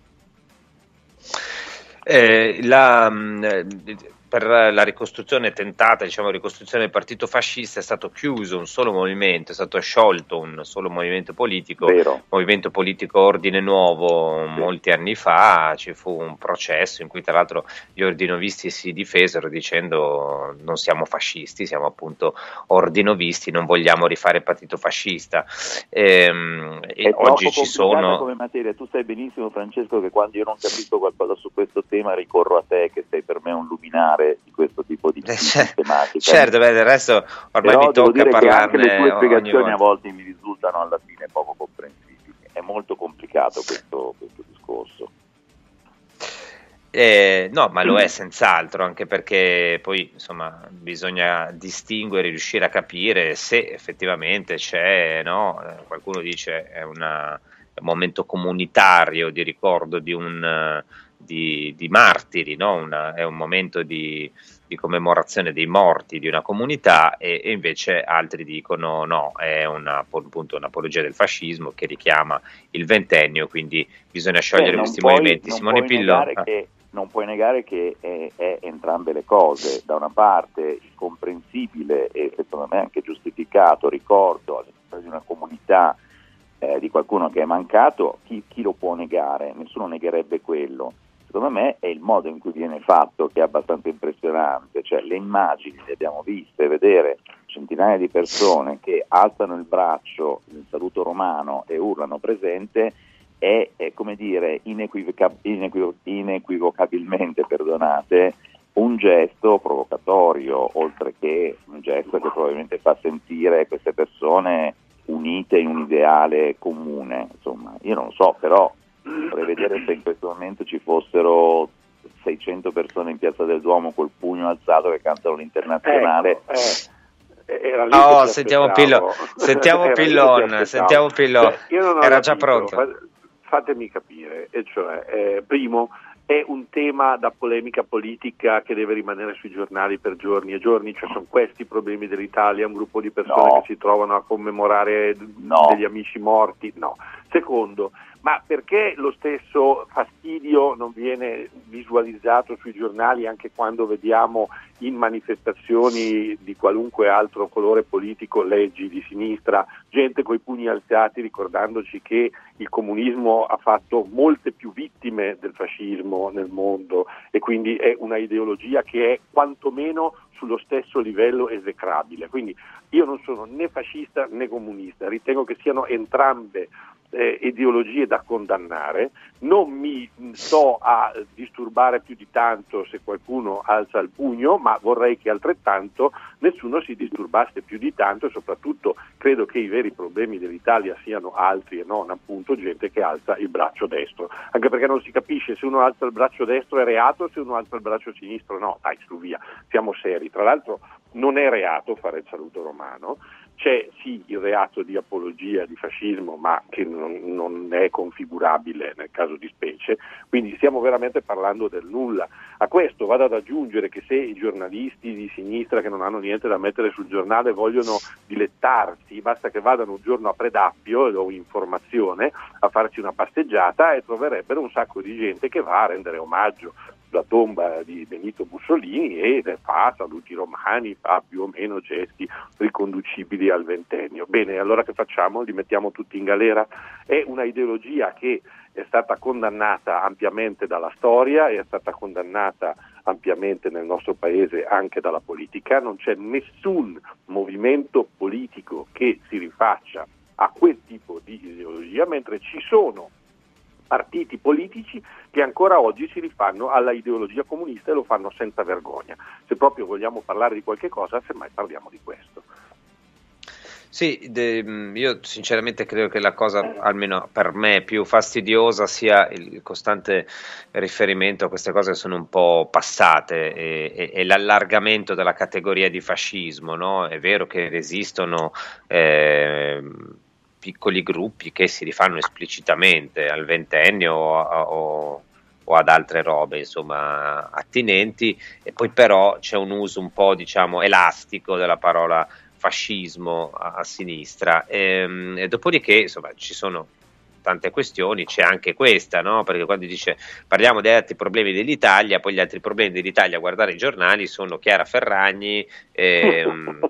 Per la ricostruzione tentata, ricostruzione del partito fascista, è stato chiuso un solo movimento, è stato sciolto un solo movimento politico, Movimento Politico Ordine Nuovo. Sì. Molti anni fa ci fu un processo in cui tra l'altro gli ordinovisti si difesero dicendo non siamo fascisti, siamo appunto ordinovisti, non vogliamo rifare il partito fascista. E oggi ci sono come materia. Tu sai benissimo, Francesco, che quando io non capisco qualcosa su questo tema ricorro a te, che sei per me un luminare di questo tipo di tematica. Certo, del resto ormai mi tocca parlarne. Anche le tue spiegazioni a volte mi risultano alla fine poco comprensibili. È molto complicato questo discorso. No, ma lo è senz'altro, anche perché poi insomma bisogna distinguere, riuscire a capire se effettivamente c'è, no? Qualcuno dice è un momento comunitario di ricordo di di martiri, no? È un momento di commemorazione dei morti di una comunità, e invece altri dicono no, è appunto un'apologia del fascismo che richiama il ventennio, quindi bisogna sciogliere questi movimenti. Simone Pillon. Non puoi negare che è entrambe le cose. Da una parte il comprensibile e secondo me anche giustificato ricordo all'interno di una comunità di qualcuno che è mancato, chi lo può negare? Nessuno negherebbe quello. Secondo me è il modo in cui viene fatto che è abbastanza impressionante, cioè le immagini le abbiamo viste, vedere centinaia di persone che alzano il braccio in saluto romano e urlano presente è come dire inequivocabilmente, perdonate, un gesto provocatorio, oltre che un gesto che probabilmente fa sentire queste persone unite in un ideale comune. Insomma, io non so, però vorrei vedere se in questo momento ci fossero 600 persone in Piazza del Duomo col pugno alzato che cantano l'Internazionale. Sentiamo Pillon. Io non ho era già pronto. Fatemi capire, e cioè, primo, è un tema da polemica politica che deve rimanere sui giornali per giorni e giorni, cioè sono questi i problemi dell'Italia, un gruppo di persone che si trovano a commemorare degli amici morti? No. Secondo, ma perché lo stesso fastidio non viene visualizzato sui giornali anche quando vediamo in manifestazioni di qualunque altro colore politico, leggi di sinistra, gente coi pugni alzati ricordandoci che il comunismo ha fatto molte più vittime del fascismo nel mondo e quindi è una ideologia che è quantomeno sullo stesso livello esecrabile. Quindi io non sono né fascista né comunista, ritengo che siano entrambe ideologie da condannare, non mi sto a disturbare più di tanto se qualcuno alza il pugno, ma vorrei che altrettanto nessuno si disturbasse più di tanto, e soprattutto credo che i veri problemi dell'Italia siano altri e non appunto gente che alza il braccio destro, anche perché non si capisce se uno alza il braccio destro è reato, se uno alza il braccio sinistro no, dai su via, siamo seri. Tra l'altro non è reato fare il saluto romano. C'è sì il reato di apologia di fascismo, ma che non è configurabile nel caso di specie, quindi stiamo veramente parlando del nulla. A questo vado ad aggiungere che se i giornalisti di sinistra che non hanno niente da mettere sul giornale vogliono dilettarsi, basta che vadano un giorno a Predappio o Informazione a farci una passeggiata e troverebbero un sacco di gente che va a rendere omaggio la tomba di Benito Mussolini e fa saluti romani, fa più o meno gesti riconducibili al ventennio. Bene, allora che facciamo? Li mettiamo tutti in galera? È una ideologia che è stata condannata ampiamente dalla storia, è stata condannata ampiamente nel nostro paese anche dalla politica, non c'è nessun movimento politico che si rifaccia a quel tipo di ideologia, mentre ci sono partiti politici che ancora oggi si rifanno alla ideologia comunista e lo fanno senza vergogna. Se proprio vogliamo parlare di qualche cosa, semmai parliamo di questo. Sì, io sinceramente credo che la cosa, almeno per me, più fastidiosa sia il costante riferimento a queste cose che sono un po' passate e l'allargamento della categoria di fascismo, no? È vero che esistono piccoli gruppi che si rifanno esplicitamente al ventennio o ad altre robe, insomma, attinenti, e poi però c'è un uso un po', diciamo, elastico della parola fascismo a sinistra, e dopodiché, insomma, ci sono tante questioni, c'è anche questa, no? Perché quando dice parliamo degli altri problemi dell'Italia, poi gli altri problemi dell'Italia, a guardare i giornali, sono Chiara Ferragni e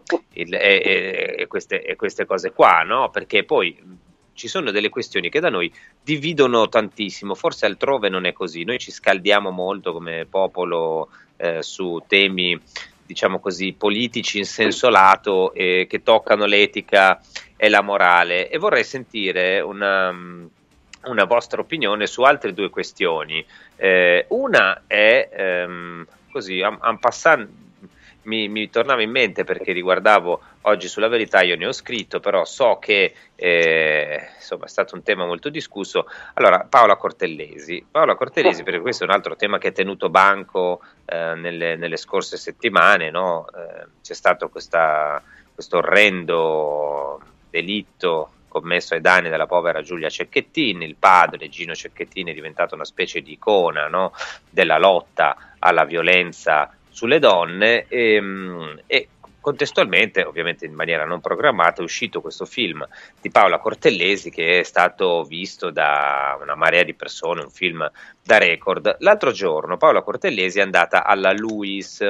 queste cose qua, no? Perché poi ci sono delle questioni che da noi dividono tantissimo, forse altrove non è così, noi ci scaldiamo molto come popolo su temi, diciamo così, politici in senso lato, che toccano l'etica e la morale, e vorrei sentire una vostra opinione su altre due questioni. Una è così, en passant, mi tornava in mente perché riguardavo oggi sulla Verità, io ne ho scritto, però so che insomma è stato un tema molto discusso. Allora, Paola Cortellesi, perché questo è un altro tema che è tenuto banco nelle scorse settimane, no? C'è stato questo orrendo delitto commesso ai danni della povera Giulia Cecchettin. Il padre, Gino Cecchettin, è diventato una specie di icona, no? Della lotta alla violenza sulle donne, e contestualmente, ovviamente in maniera non programmata, è uscito questo film di Paola Cortellesi che è stato visto da una marea di persone, un film da record. L'altro giorno Paola Cortellesi è andata alla LUIS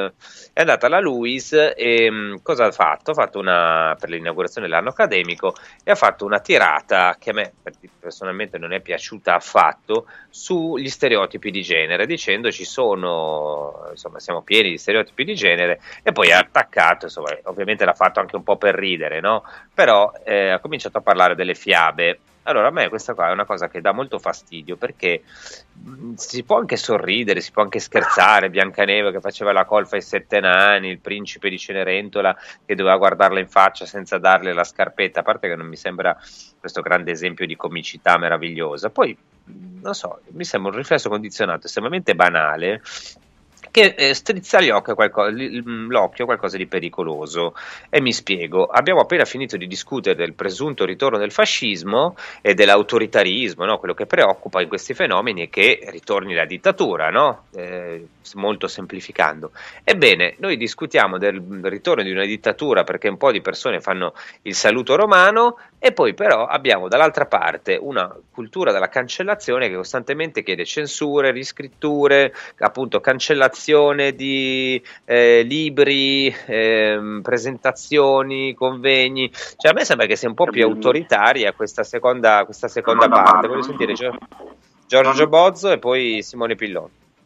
e cosa ha fatto? Ha fatto per l'inaugurazione dell'anno accademico, e ha fatto una tirata che a me personalmente non è piaciuta affatto, sugli stereotipi di genere, dicendo siamo pieni di stereotipi di genere, e poi ha attaccato, insomma, ovviamente l'ha fatto anche un po' per ridere, no? Però ha cominciato a parlare delle fiabe. Allora, a me questa qua è una cosa che dà molto fastidio, perché si può anche sorridere, si può anche scherzare, Biancaneve che faceva la colfa ai 7 nani, il principe di Cenerentola che doveva guardarla in faccia senza darle la scarpetta, a parte che non mi sembra questo grande esempio di comicità meravigliosa. Poi, non so, mi sembra un riflesso condizionato estremamente banale, che strizza l'occhio a qualcosa di pericoloso. E mi spiego: abbiamo appena finito di discutere del presunto ritorno del fascismo e dell'autoritarismo, no? Quello che preoccupa in questi fenomeni è che ritorni la dittatura, no? Molto semplificando. Ebbene, noi discutiamo del ritorno di una dittatura perché un po' di persone fanno il saluto romano, e poi però abbiamo dall'altra parte una cultura della cancellazione che costantemente chiede censure, riscritture, appunto cancellazione di libri, presentazioni, convegni. Cioè, a me sembra che sia un po' più autoritaria questa seconda parte. Voglio sentire Giorgio Bozzo e poi Simone Pillon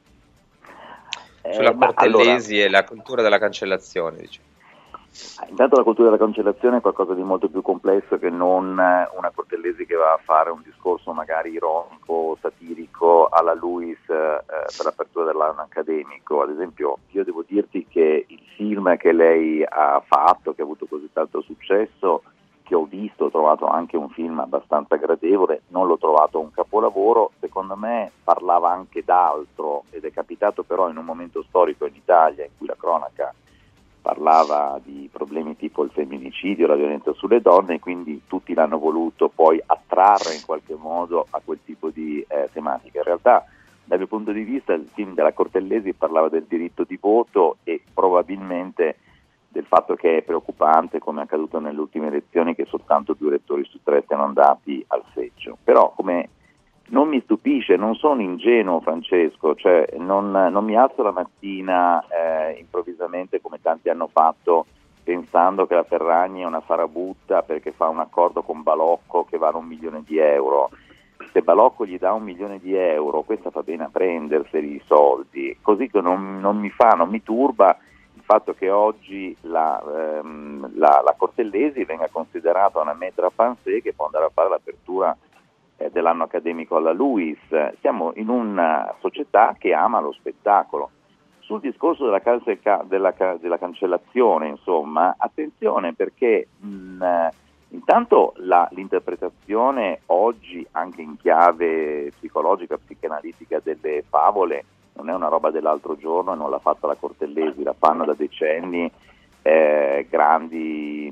sulla Cortellesi e la cultura della cancellazione, diciamo. Intanto la cultura della cancellazione è qualcosa di molto più complesso che non una Cortellesi che va a fare un discorso magari ironico, satirico alla Lewis per l'apertura dell'anno accademico. Ad esempio, io devo dirti che il film che lei ha fatto, che ha avuto così tanto successo, che ho visto, ho trovato anche un film abbastanza gradevole, non l'ho trovato un capolavoro, secondo me parlava anche d'altro, ed è capitato però in un momento storico in Italia in cui la cronaca parlava di problemi tipo il femminicidio, la violenza sulle donne, e quindi tutti l'hanno voluto poi attrarre in qualche modo a quel tipo di tematica. In realtà, dal mio punto di vista, il film della Cortellesi parlava del diritto di voto e probabilmente del fatto che è preoccupante, come è accaduto nelle ultime elezioni, che soltanto 2 elettori su 3 siano andati al seggio. Però, come non mi stupisce, non sono ingenuo, Francesco, cioè non mi alzo la mattina improvvisamente come tanti hanno fatto pensando che la Ferragni è una farabutta perché fa un accordo con Balocco che vale €1 milione. Se Balocco gli dà €1 milione, questa fa bene a prenderseli i soldi, così che non mi turba il fatto che oggi la Cortellesi venga considerata una maître à penser che può andare a fare l'apertura dell'anno accademico alla Lewis. Siamo in una società che ama lo spettacolo. Sul discorso della cancellazione, insomma, attenzione, perché intanto l'interpretazione oggi, anche in chiave psicologica, psicanalitica, delle favole non è una roba dell'altro giorno e non l'ha fatta la Cortellesi, la fanno da decenni grandi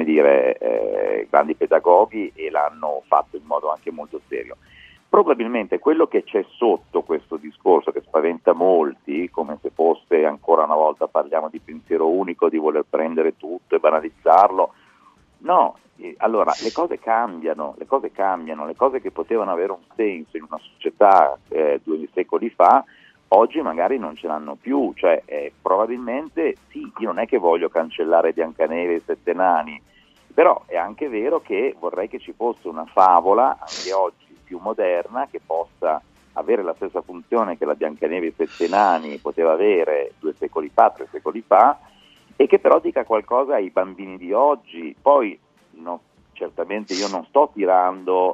pedagoghi, e l'hanno fatto in modo anche molto serio. Probabilmente quello che c'è sotto questo discorso, che spaventa molti, come se fosse ancora una volta parliamo di pensiero unico, di voler prendere tutto e banalizzarlo, no, allora le cose cambiano, le cose che potevano avere un senso in una società 2 secoli fa, oggi magari non ce l'hanno più, cioè probabilmente sì, io non è che voglio cancellare Biancaneve e i 7 nani, però è anche vero che vorrei che ci fosse una favola anche oggi più moderna che possa avere la stessa funzione che la Biancaneve e i 7 nani poteva avere 2 secoli fa, 3 secoli fa, e che però dica qualcosa ai bambini di oggi. Poi no, certamente io non sto tirando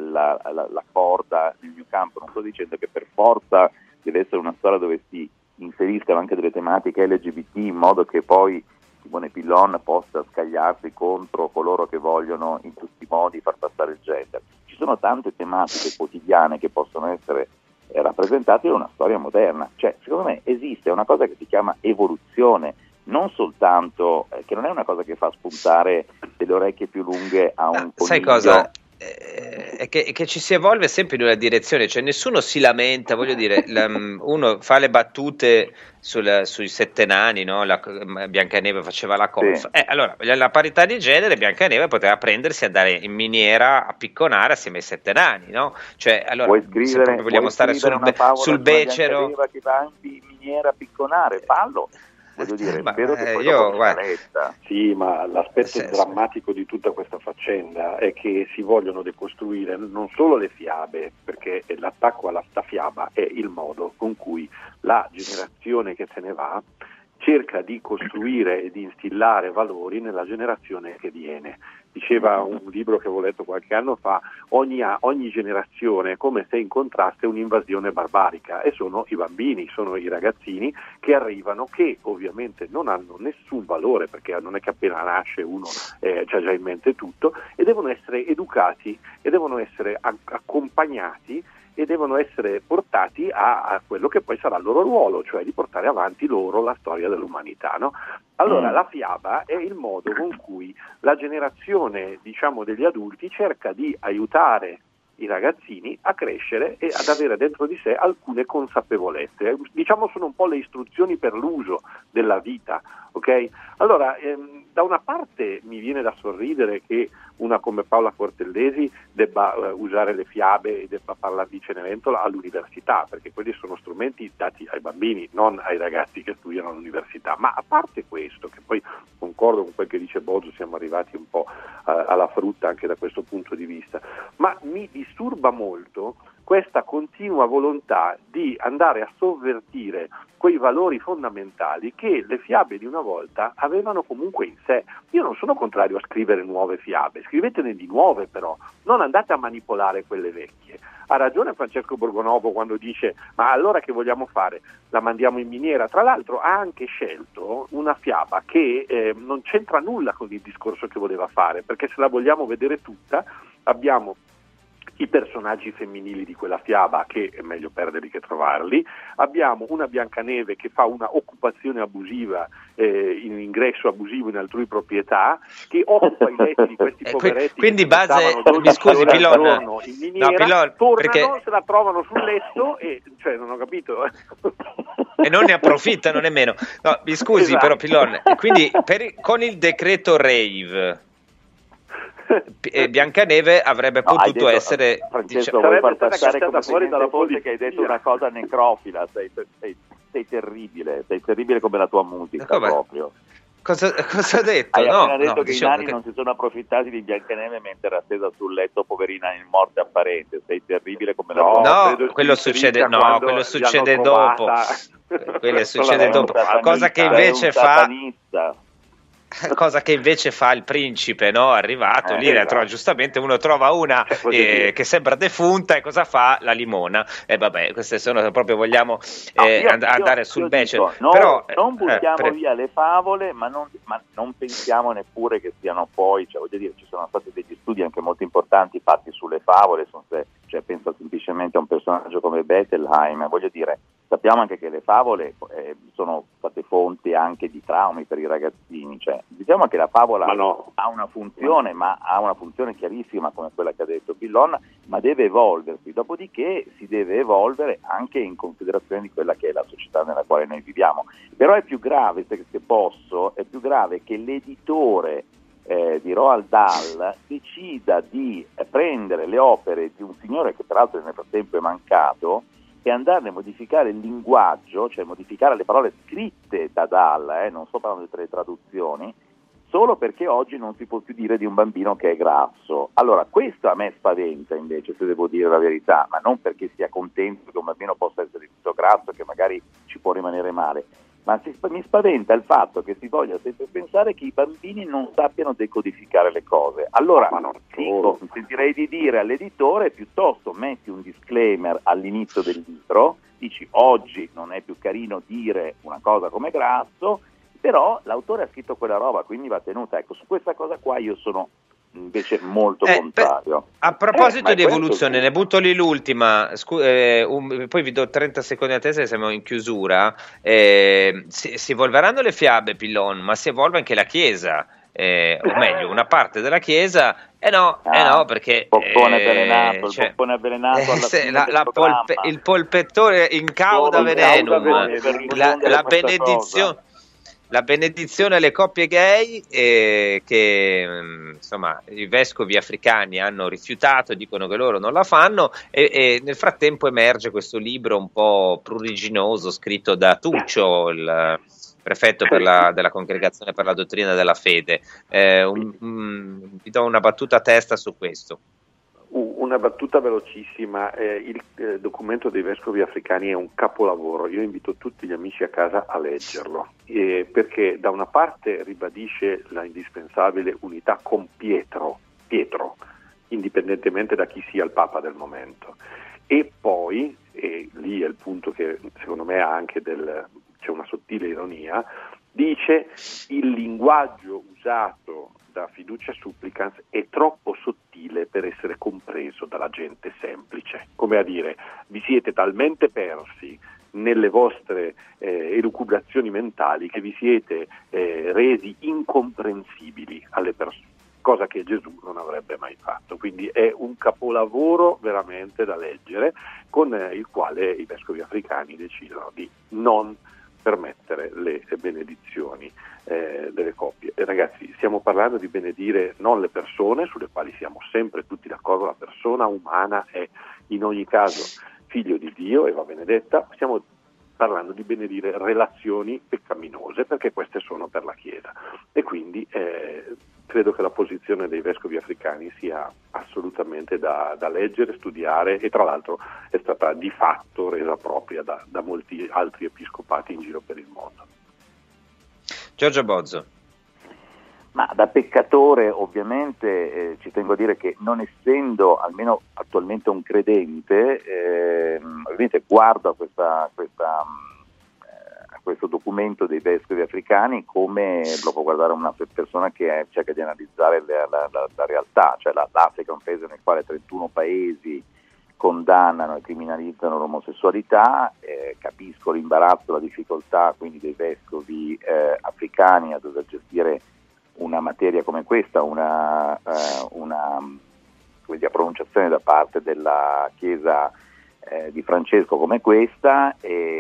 la corda nel mio campo, non sto dicendo che per forza deve essere una storia dove si inseriscano anche delle tematiche LGBT in modo che poi Simone Pillon possa scagliarsi contro coloro che vogliono in tutti i modi far passare il gender. Ci sono tante tematiche quotidiane che possono essere rappresentate in una storia moderna. Cioè, secondo me esiste una cosa che si chiama evoluzione, non soltanto, che non è una cosa che fa spuntare delle orecchie più lunghe a un coniglio. Sai cosa? È che ci si evolve sempre in una direzione, cioè nessuno si lamenta, voglio dire, uno fa le battute sui 7 nani, no? Biancaneve faceva la colfa, sì. Allora la parità di genere, Biancaneve poteva prendersi e andare in miniera a picconare assieme ai 7 nani, no? Cioè, allora, se proprio vogliamo stare sul becero, che va in miniera a picconare, fallo. Voglio dire, spero che Sì, ma l'aspetto drammatico di tutta questa faccenda è che si vogliono decostruire non solo le fiabe, perché l'attacco alla fiaba è il modo con cui la generazione che se ne va cerca di costruire e di instillare valori nella generazione che viene. Diceva un libro che avevo letto qualche anno fa, ogni generazione è come se incontrasse un'invasione barbarica, e sono i bambini, sono i ragazzini che arrivano, che ovviamente non hanno nessun valore, perché non è che appena nasce uno c'ha già in mente tutto, e devono essere educati e devono essere accompagnati e devono essere portati a quello che poi sarà il loro ruolo, cioè di portare avanti loro la storia dell'umanità, no? Allora la fiaba è il modo con cui la generazione, diciamo, degli adulti cerca di aiutare i ragazzini a crescere e ad avere dentro di sé alcune consapevolezze, diciamo sono un po' le istruzioni per l'uso della vita, ok? Allora, da una parte mi viene da sorridere che una come Paola Cortellesi debba usare le fiabe e debba parlare di Cenerentola all'università, perché quelli sono strumenti dati ai bambini, non ai ragazzi che studiano all'università. Ma a parte questo, che poi concordo con quel che dice Bozzo, siamo arrivati un po' alla frutta anche da questo punto di vista, ma mi disturba molto questa continua volontà di andare a sovvertire quei valori fondamentali che le fiabe di una volta avevano comunque in sé. Io non sono contrario a scrivere nuove fiabe, scrivetene di nuove però, non andate a manipolare quelle vecchie. Ha ragione Francesco Borgonovo quando dice ma allora che vogliamo fare? La mandiamo in miniera? Tra l'altro ha anche scelto una fiaba che non c'entra nulla con il discorso che voleva fare, perché se la vogliamo vedere tutta abbiamo i personaggi femminili di quella fiaba, che è meglio perderli che trovarli, abbiamo una Biancaneve che fa una occupazione abusiva, in ingresso abusivo in altrui proprietà, che occupa i letti di questi poveretti. Quindi base, mi scusi Pilon, in miniera, tornano, perché se la trovano sul letto e cioè non ho capito. E non ne approfittano nemmeno. No, mi scusi Esatto. però Pilon, quindi con il decreto rave Biancaneve avrebbe potuto essere, Francesco, vuoi far passare come fuori dalla fonte che hai detto una cosa necrofila, sei terribile come la tua musica. Come? Proprio. Cosa ho detto? Hai appena detto che diciamo i nani non si sono approfittati di Biancaneve mentre era attesa sul letto, poverina in morte apparente. Sei terribile come la tua musica. No, quello succede dopo. Quello succede dopo. Cosa che invece fa il principe, no? Arrivato lì, esatto. Giustamente uno trova una che sembra defunta e cosa fa? La limona. E vabbè, queste sono proprio, vogliamo andare sul becero. Però non buttiamo via le favole, ma non pensiamo neppure che siano poi, cioè voglio dire, ci sono stati degli studi anche molto importanti fatti sulle favole, cioè penso semplicemente a un personaggio come Bettelheim, voglio dire, sappiamo anche che le favole sono state fonte anche di traumi per i ragazzini, cioè diciamo che la favola ha una funzione, ma ha una funzione chiarissima come quella che ha detto Pillon, ma deve evolversi, dopodiché si deve evolvere anche in considerazione di quella che è la società nella quale noi viviamo. Però è più grave, se posso, è più grave che l'editore di Roald Dahl decida di prendere le opere di un signore che peraltro nel frattempo è mancato e andarne a modificare il linguaggio, cioè modificare le parole scritte da Dahl, non sto parlando delle traduzioni, solo perché oggi non si può più dire di un bambino che è grasso. Allora, questo a me spaventa invece, se devo dire la verità, ma non perché sia contento che un bambino possa essere tutto grasso, che magari ci può rimanere male, ma mi spaventa il fatto che si voglia sempre pensare che i bambini non sappiano decodificare le cose. Allora, sentirei di dire all'editore, piuttosto metti un disclaimer all'inizio del libro, dici oggi non è più carino dire una cosa come grasso, però l'autore ha scritto quella roba, quindi va tenuta. Ecco, su questa cosa qua io sono invece molto contrario. A proposito di evoluzione, ne butto lì l'ultima, poi vi do 30 secondi a te se siamo in chiusura. Si evolveranno le fiabe, Pillon, ma si evolve anche la Chiesa, o meglio una parte della Chiesa. No, perché poppone avvelenato il polpettore in cauda venenum, la benedizione. La benedizione alle coppie gay che insomma i vescovi africani hanno rifiutato, dicono che loro non la fanno e nel frattempo emerge questo libro un po' pruriginoso scritto da Tuccio, il prefetto della Congregazione per la Dottrina della Fede. Vi do una battuta a testa su questo. Una battuta velocissima, il documento dei vescovi africani è un capolavoro, io invito tutti gli amici a casa a leggerlo, perché da una parte ribadisce la indispensabile unità con Pietro, indipendentemente da chi sia il Papa del momento, e poi, e lì è il punto che secondo me ha anche c'è una sottile ironia, dice il linguaggio usato da Fiducia Supplicans è troppo sottile sottile per essere compreso dalla gente semplice. Come a dire, vi siete talmente persi nelle vostre elucubrazioni mentali che vi siete resi incomprensibili alle persone, cosa che Gesù non avrebbe mai fatto. Quindi è un capolavoro veramente da leggere, con il quale i vescovi africani decidono di non permettere le benedizioni delle coppie. E ragazzi, stiamo parlando di benedire non le persone, sulle quali siamo sempre tutti d'accordo, la persona umana è in ogni caso figlio di Dio e va benedetta. Stiamo parlando di benedire relazioni peccaminose, perché queste sono per la Chiesa, e quindi credo che la posizione dei vescovi africani sia assolutamente da leggere, studiare, e tra l'altro è stata di fatto resa propria da molti altri episcopati in giro per il mondo. Giorgio Bozzo. Ma da peccatore ovviamente ci tengo a dire che, non essendo almeno attualmente un credente, ovviamente guardo a questo documento dei vescovi africani come lo può guardare una persona che cerca di analizzare la realtà, cioè l'Africa è un paese nel quale 31 paesi condannano e criminalizzano l'omosessualità. Capisco l'imbarazzo, la difficoltà quindi dei vescovi africani a dover gestire una materia come questa, una pronunciazione da parte della Chiesa di Francesco come questa,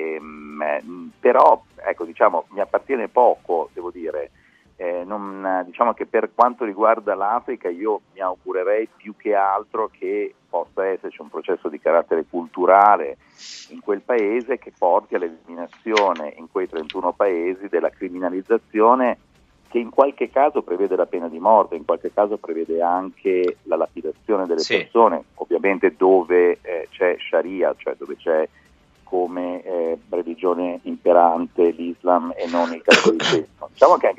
però ecco, diciamo, mi appartiene poco, devo dire. Diciamo che per quanto riguarda l'Africa io mi augurerei più che altro che possa esserci un processo di carattere culturale in quel paese che porti all'eliminazione in quei 31 paesi della criminalizzazione, che in qualche caso prevede la pena di morte, in qualche caso prevede anche la lapidazione delle persone, ovviamente dove c'è Sharia, cioè dove c'è come religione imperante l'Islam e non il cattolicesimo. Diciamo che anche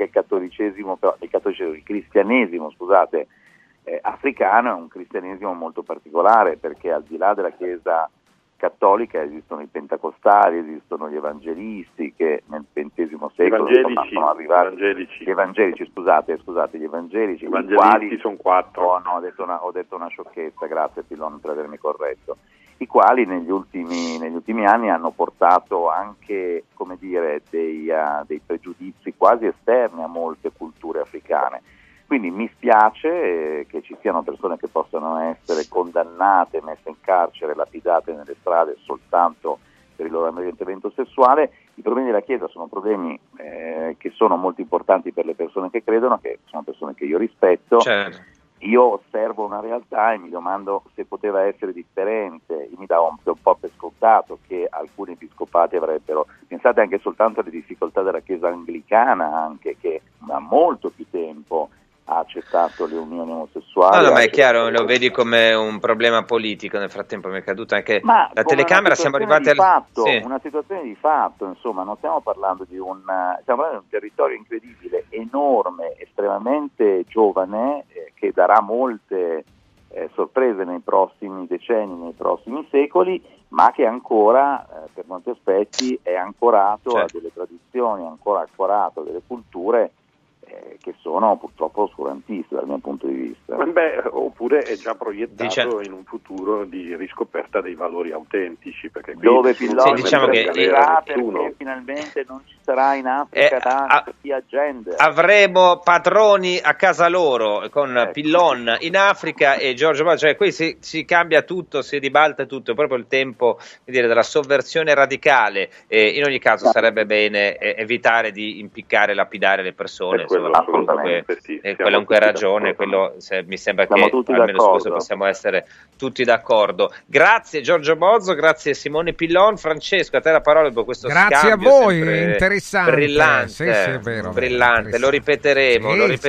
il cristianesimo, scusate, africano è un cristianesimo molto particolare, perché al di là della Chiesa cattolica esistono i pentecostali, esistono gli evangelisti che nel XX secolo sono arrivati. Gli evangelici, scusate, gli evangelici. I evangelisti sono 4. Oh, no, ho detto una sciocchezza, grazie Pillon per avermi corretto. I quali negli ultimi anni hanno portato anche, come dire, dei pregiudizi quasi esterni a molte culture africane. Quindi mi spiace che ci siano persone che possano essere condannate, messe in carcere, lapidate nelle strade soltanto per il loro orientamento sessuale. I problemi della Chiesa sono problemi che sono molto importanti per le persone che credono, che sono persone che io rispetto. Certo. Io osservo una realtà e mi domando se poteva essere differente. Io mi davo un po' per scontato che alcuni episcopati avrebbero, pensate anche soltanto alle difficoltà della Chiesa anglicana, anche che da molto più tempo ha accettato le unioni omosessuali. No, ma è chiaro, lo vedi come un problema politico. Nel frattempo mi è caduta anche la telecamera, siamo arrivati una situazione di fatto, insomma, non stiamo parlando di un territorio incredibile, enorme, estremamente giovane, che darà molte sorprese nei prossimi decenni, nei prossimi secoli, ma che ancora per molti aspetti è ancorato a delle tradizioni, ancora ancorato a delle culture che sono purtroppo oscurantiste dal mio punto di vista. Oppure è già proiettato in un futuro di riscoperta dei valori autentici, perché qui dove Pillon diciamo che perché finalmente non ci sarà in Africa agenda. Avremo padroni a casa loro con Pillon in Africa e Giorgio Bozzo, cioè qui si cambia tutto, si ribalta tutto, è proprio il tempo della sovversione radicale. In ogni caso sarebbe bene evitare di impiccare e lapidare le persone. Assolutamente qualunque ragione, mi sembra che almeno su questo possiamo essere tutti d'accordo. Grazie Giorgio Bozzo, grazie Simone Pillon. Francesco, a te la parola dopo questo grazie scambio. Grazie a voi, interessante, brillante, sì, è vero, brillante. Lo ripeteremo,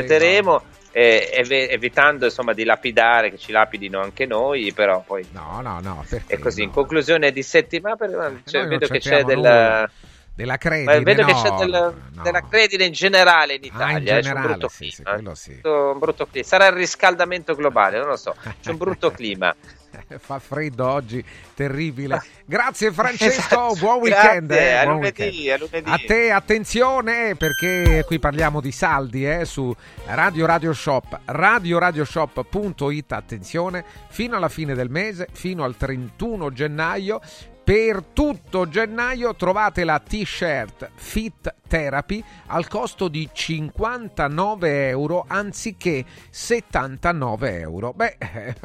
evitando insomma di lapidare, che ci lapidino anche noi, però poi no, è così. In conclusione di settimana, vedo che c'è della Credine. Vedo che c'è della Credine in generale in Italia. In generale, c'è un brutto sì, clima. quello sì. Un brutto clima. Sarà il riscaldamento globale, non lo so. C'è un brutto clima. Fa freddo oggi, terribile. Grazie Francesco, buon Grazie, weekend. a Buon lunedì, weekend. a lunedì. A te, attenzione, perché qui parliamo di saldi su Radio Shop, radioshop.it. Attenzione, fino alla fine del mese, fino al 31 gennaio. Per tutto gennaio trovate la t-shirt Fit Therapy al costo di €59 anziché €79. Beh,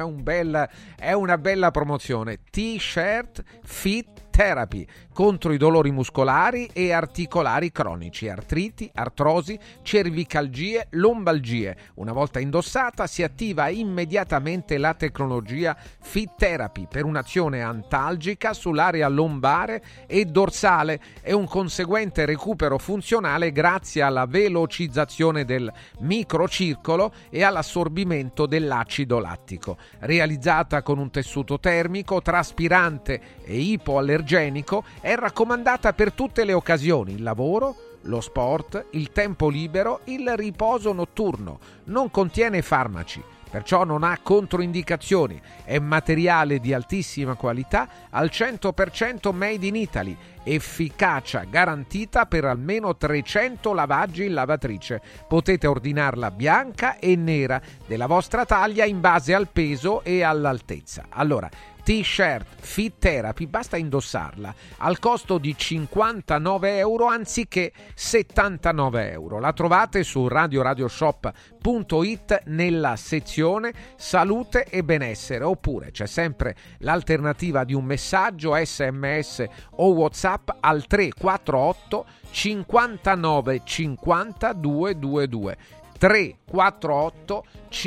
è una bella promozione. T-shirt Fit Therapy contro i dolori muscolari e articolari cronici, artriti, artrosi, cervicalgie, lombalgie. Una volta indossata si attiva immediatamente la tecnologia Fit Therapy per un'azione antalgica sull'area lombare e dorsale e un conseguente recupero funzionale grazie alla velocizzazione del microcircolo e all'assorbimento dell'acido lattico. Realizzata con un tessuto termico, traspirante e ipoallergenico, è raccomandata per tutte le occasioni: il lavoro, lo sport, il tempo libero, il riposo notturno. Non contiene farmaci, perciò non ha controindicazioni. È materiale di altissima qualità, al 100% made in Italy, efficacia garantita per almeno 300 lavaggi in lavatrice. Potete ordinarla bianca e nera della vostra taglia in base al peso e all'altezza. Allora, t-shirt Fit Therapy, basta indossarla al costo di €59 anziché €79. La trovate su radioshop.it nella sezione salute e benessere, oppure c'è sempre l'alternativa di un messaggio SMS o WhatsApp al 348 59 50 222. 348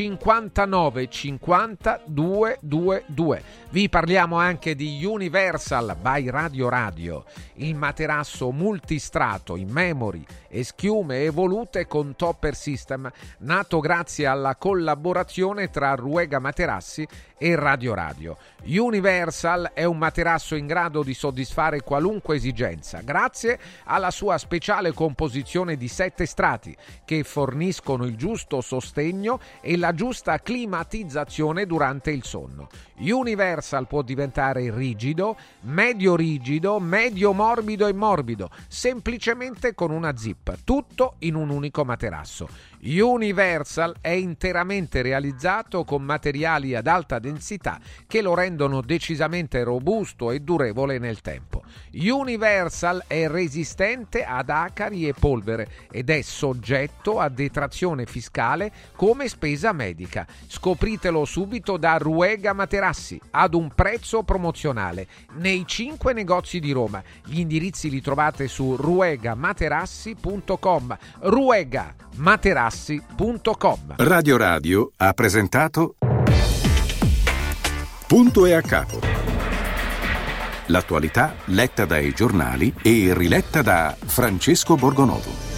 59 50 222. Vi parliamo anche di Universal by Radio Radio, il materasso multistrato in memory e schiume evolute con topper system, nato grazie alla collaborazione tra Ruega Materassi e Radio Radio. Universal è un materasso in grado di soddisfare qualunque esigenza grazie alla sua speciale composizione di 7 strati che forniscono il giusto sostegno e la giusta climatizzazione durante il sonno. Universal può diventare rigido, medio morbido e morbido, semplicemente con una zip, tutto in un unico materasso. Universal è interamente realizzato con materiali ad alta densità che lo rendono decisamente robusto e durevole nel tempo. Universal è resistente ad acari e polvere ed è soggetto a detrazione fiscale come spesa medica. Scopritelo subito da Ruega Materassi ad un prezzo promozionale nei 5 negozi di Roma. Gli indirizzi li trovate su ruegamaterassi.com. ruegamaterassi.com. Radio Radio ha presentato Punto e a capo. L'attualità letta dai giornali e riletta da Francesco Borgonovo.